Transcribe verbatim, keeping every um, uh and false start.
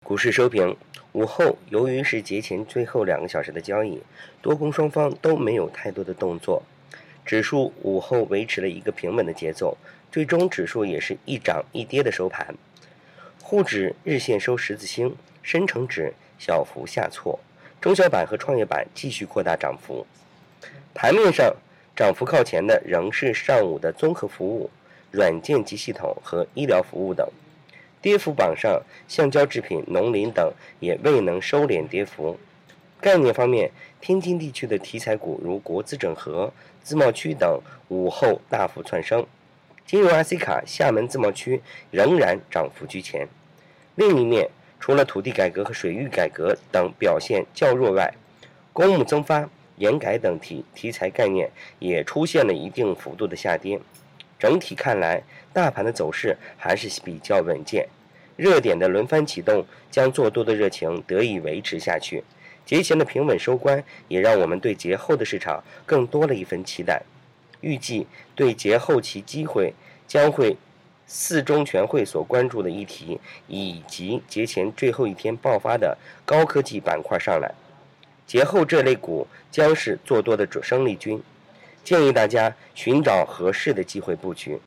股市收评，午后由于是节前最后两个小时的交易，多空双方都没有太多的动作，指数午后维持了一个平稳的节奏，最终指数也是一涨一跌的收盘。沪指日线收十字星，深成指小幅下挫，中小板和创业板继续扩大涨幅。盘面上，涨幅靠前的仍是上午的综合服务、软件及系统和医疗服务等。跌幅榜上，橡胶制品、农林等也未能收敛跌幅。概念方面，天津地区的题材股如国资整合、自贸区等午后大幅窜升。金融 I C 卡、厦门自贸区仍然涨幅居前。另一面，除了土地改革和水域改革等表现较弱外，公募增发、研改等题题材概念也出现了一定幅度的下跌。整体看来，大盘的走势还是比较稳健，热点的轮番启动，将做多的热情得以维持下去。节前的平稳收官，也让我们对节后的市场更多了一份期待。预计对节后其机会将会四中全会所关注的议题，以及节前最后一天爆发的高科技板块上来。节后这类股将是做多的主生力军，建议大家寻找合适的机会布局。